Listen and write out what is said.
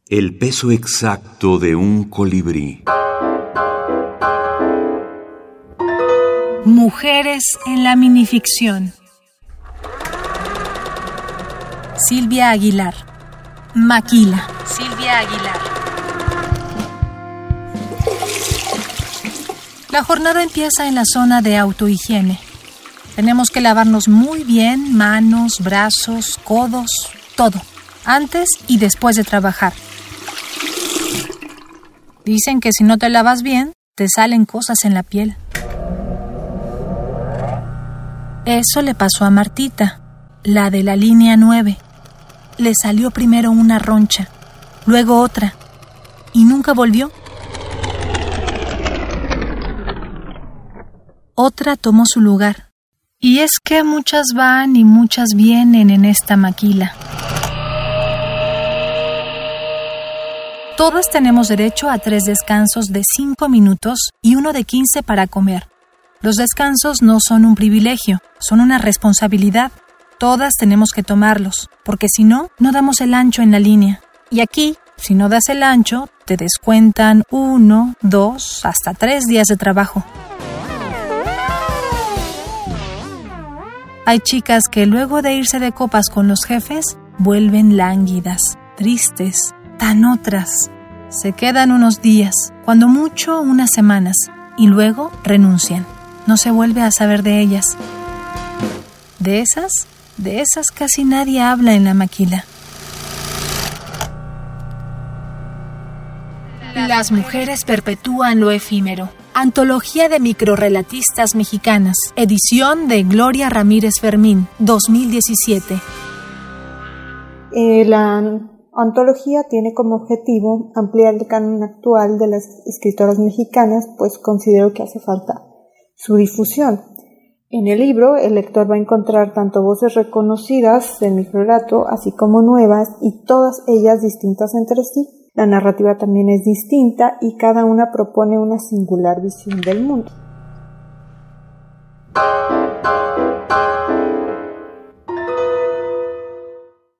El peso exacto de un colibrí. Mujeres en la minificción. Silvia Aguilar. Maquila. Silvia Aguilar. La jornada empieza en la zona de autohigiene. Tenemos que lavarnos muy bien manos, brazos, codos, todo, antes y después de trabajar. Dicen que si no te lavas bien, te salen cosas en la piel. Eso le pasó a Martita, la de la línea 9. Le salió primero una roncha, luego otra, y nunca volvió. Otra tomó su lugar. Y es que muchas van y muchas vienen en esta maquila. Todas tenemos derecho a 3 descansos de 5 minutos y uno de 15 para comer. Los descansos no son un privilegio, son una responsabilidad. Todas tenemos que tomarlos, porque si no, no damos el ancho en la línea. Y aquí, si no das el ancho, te descuentan 1, 2, hasta 3 días de trabajo. Hay chicas que luego de irse de copas con los jefes, vuelven lánguidas, tristes. Tan otras se quedan unos días, cuando mucho unas semanas, y luego renuncian. No se vuelve a saber de ellas. De esas casi nadie habla en la maquila. Las mujeres perpetúan lo efímero. Antología de microrrelatistas mexicanas. Edición de Gloria Ramírez Fermín, 2017. La antología tiene como objetivo ampliar el canon actual de las escritoras mexicanas, pues considero que hace falta su difusión. En el libro, el lector va a encontrar tanto voces reconocidas del microrrelato, así como nuevas, y todas ellas distintas entre sí. La narrativa también es distinta y cada una propone una singular visión del mundo.